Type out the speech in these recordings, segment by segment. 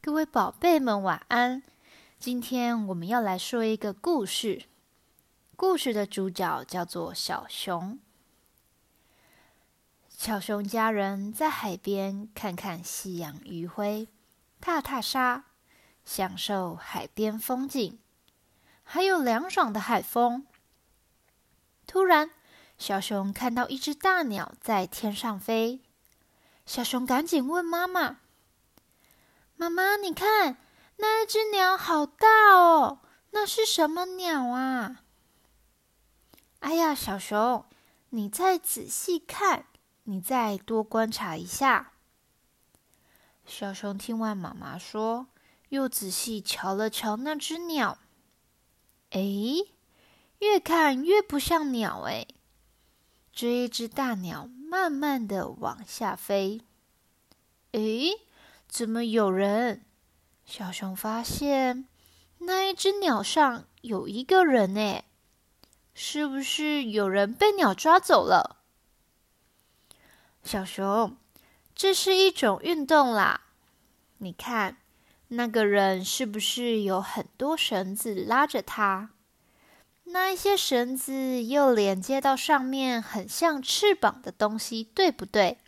各位宝贝们晚安。今天我们要来说一个故事，故事的主角叫做小熊。小熊家人在海边看看夕阳余晖，踏踏沙，享受海边风景，还有凉爽的海风。突然，小熊看到一只大鸟在天上飞，小熊赶紧问妈妈：“妈妈，你看，那一只鸟好大哦，那是什么鸟啊？”“哎呀，小熊，你再仔细看，你再多观察一下。”小熊听完妈妈说，又仔细瞧了瞧那只鸟。诶，越看越不像鸟诶。这一只大鸟慢慢的往下飞。诶，怎么有人？小熊发现那一只鸟上有一个人诶，是不是有人被鸟抓走了？小熊，这是一种运动啦。你看，那个人是不是有很多绳子拉着他？那一些绳子又连接到上面很像翅膀的东西，对不对？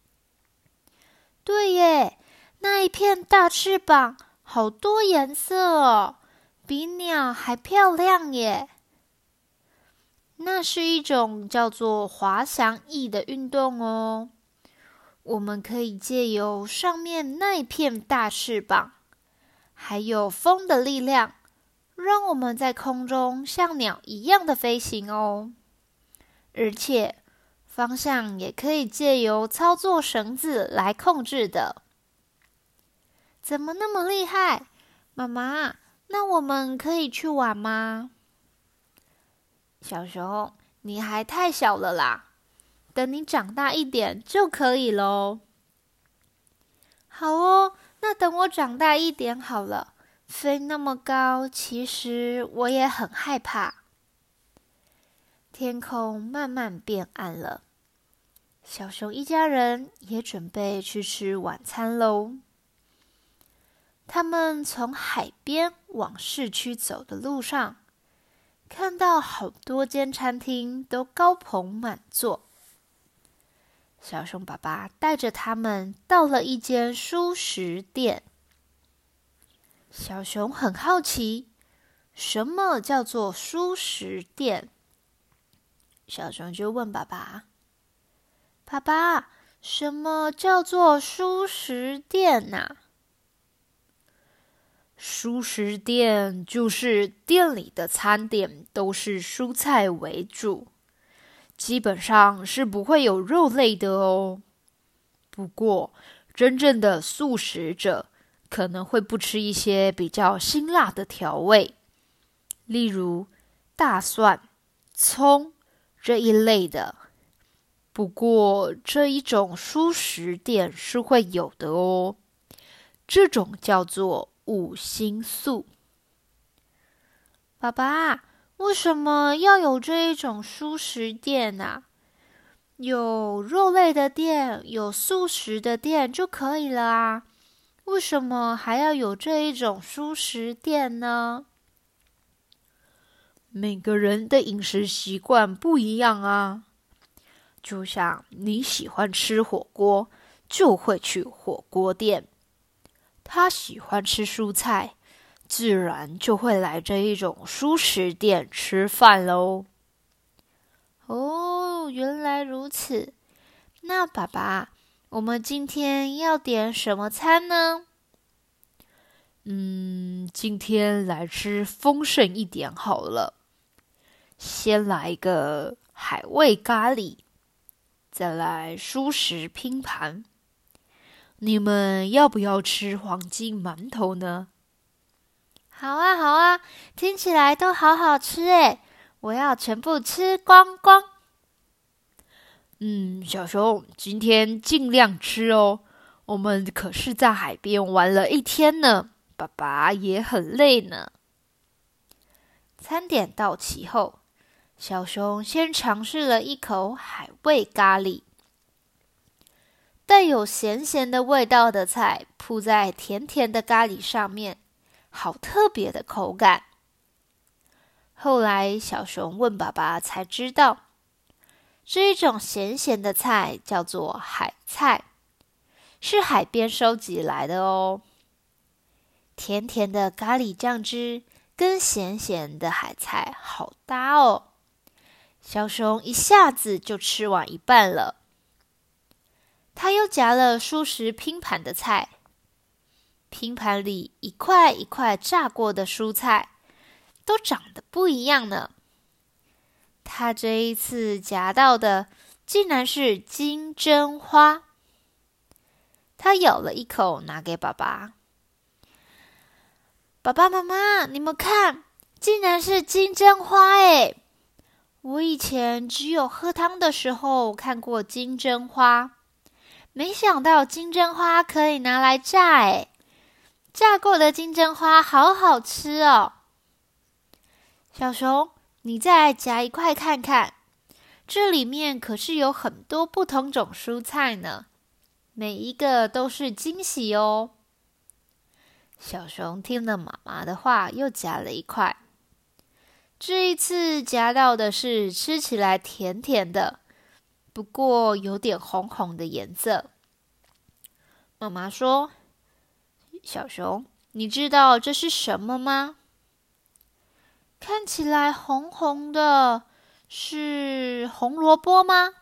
对耶，那一片大翅膀好多颜色哦，比鸟还漂亮耶。那是一种叫做滑翔翼的运动哦。我们可以借由上面那一片大翅膀，还有风的力量，让我们在空中像鸟一样的飞行哦。而且方向也可以借由操作绳子来控制的。怎么那么厉害？妈妈，那我们可以去玩吗？小熊，你还太小了啦，等你长大一点就可以咯。好哦，那等我长大一点好了。飞那么高，其实我也很害怕。天空慢慢变暗了，小熊一家人也准备去吃晚餐喽。他们从海边往市区走的路上，看到好多间餐厅都高朋满座。小熊爸爸带着他们到了一间蔬食店。小熊很好奇，什么叫做蔬食店？小熊就问爸爸：“爸爸，什么叫做蔬食店啊？”蔬食店就是店里的餐点都是蔬菜为主，基本上是不会有肉类的哦。不过，真正的素食者可能会不吃一些比较辛辣的调味，例如大蒜、葱这一类的。不过，这一种蔬食店是会有的哦，这种叫做五辛素。爸爸，为什么要有这一种蔬食店啊？有肉类的店，有素食的店就可以了啊，为什么还要有这一种蔬食店呢？每个人的饮食习惯不一样啊，就像你喜欢吃火锅，就会去火锅店。他喜欢吃蔬菜，自然就会来这一种蔬食店吃饭喽。哦，原来如此。那爸爸，我们今天要点什么餐呢？今天来吃丰盛一点好了。先来一个海味咖喱，再来蔬食拼盘。你们要不要吃黄金馒头呢？好啊，好啊，听起来都好好吃诶，我要全部吃光光。小熊，今天尽量吃哦。我们可是在海边玩了一天呢，爸爸也很累呢。餐点到齐后，小熊先尝试了一口海味咖喱。 带有咸咸的味道的菜铺在甜甜的咖喱上面，好特别的口感。后来小熊问爸爸才知道，这一种咸咸的菜叫做海菜，是海边收集来的哦。甜甜的咖喱酱汁跟咸咸的海菜好搭哦，小熊一下子就吃完一半了。他又夹了蔬食拼盘的菜，拼盘里一块一块炸过的蔬菜，都长得不一样呢。他这一次夹到的竟然是金针花。他咬了一口，拿给爸爸。爸爸妈妈，你们看，竟然是金针花耶！我以前只有喝汤的时候看过金针花，没想到金针花可以拿来炸耶！炸过的金针花好好吃哦。小熊，你再来夹一块看看，这里面可是有很多不同种蔬菜呢，每一个都是惊喜哦。小熊听了妈妈的话，又夹了一块。这一次夹到的是吃起来甜甜的，不过有点红红的颜色。妈妈说：“小熊，你知道这是什么吗？看起来红红的，是红萝卜吗？”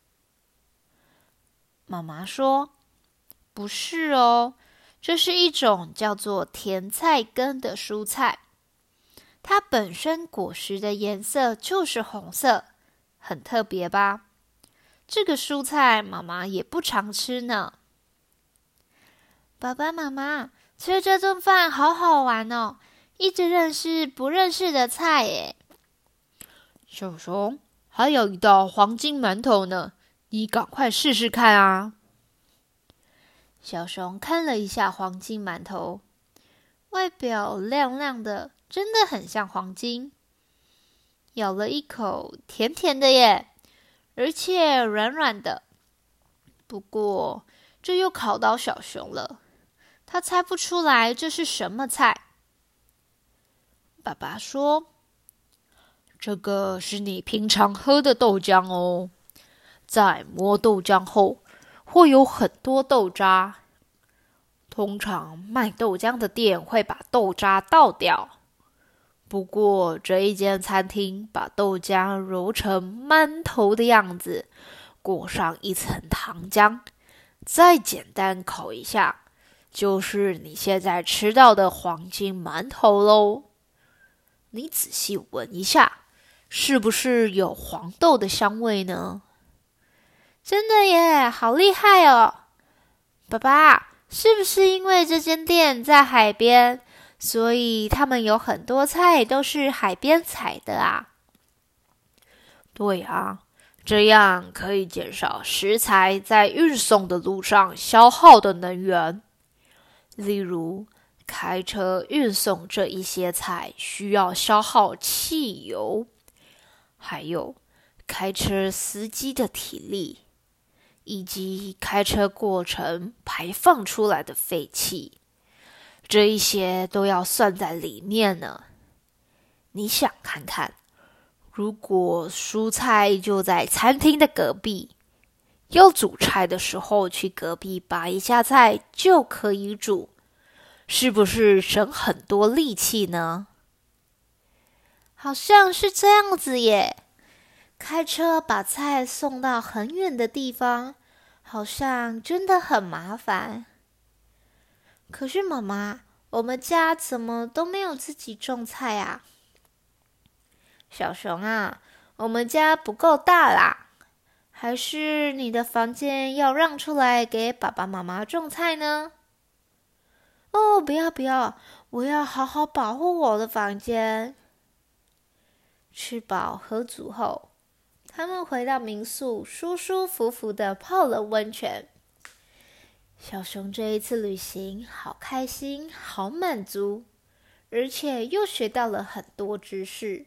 妈妈说：“不是哦。”这是一种叫做甜菜根的蔬菜，它本身果实的颜色就是红色，很特别吧？这个蔬菜妈妈也不常吃呢。爸爸妈妈，吃这顿饭好好玩哦，一直认识不认识的菜耶。小熊，还有一道黄金馒头呢，你赶快试试看啊！小熊看了一下黄金馒头，外表亮亮的，真的很像黄金。咬了一口，甜甜的耶，而且软软的。不过，这又考倒小熊了，他猜不出来这是什么菜。爸爸说：“这个是你平常喝的豆浆哦，在磨豆浆后，会有很多豆渣。通常卖豆浆的店会把豆渣倒掉，不过这一间餐厅把豆浆揉成馒头的样子，裹上一层糖浆，再简单烤一下，就是你现在吃到的黄金馒头咯。你仔细闻一下，是不是有黄豆的香味呢？真的耶，好厉害哦！爸爸，是不是因为这间店在海边，所以他们有很多菜都是海边采的啊？对啊，这样可以减少食材在运送的路上消耗的能源。例如，开车运送这一些菜需要消耗汽油，还有开车司机的体力，以及开车过程排放出来的废气，这一些都要算在里面呢。你想看看，如果蔬菜就在餐厅的隔壁，要煮菜的时候去隔壁拔一下菜就可以煮，是不是省很多力气呢？好像是这样子耶。开车把菜送到很远的地方，好像真的很麻烦。可是妈妈，我们家怎么都没有自己种菜啊？小熊啊，我们家不够大啦，还是你的房间要让出来给爸爸妈妈种菜呢？哦，不要不要，我要好好保护我的房间。吃饱喝足后，他们回到民宿，舒舒服服的泡了温泉。小熊这一次旅行好开心，好满足，而且又学到了很多知识。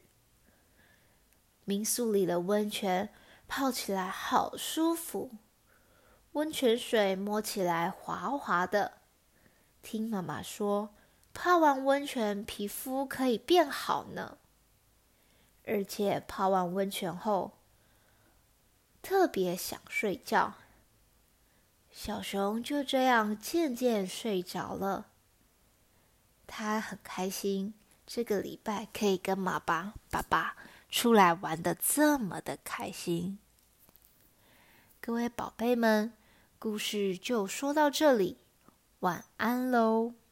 民宿里的温泉泡起来好舒服， 温泉水摸起来滑滑的。听妈妈说，泡完温泉皮肤可以变好呢。而且泡完温泉后，特别想睡觉。小熊就这样渐渐睡着了。他很开心，这个礼拜可以跟妈妈、爸爸出来玩得这么的开心。各位宝贝们，故事就说到这里，晚安喽。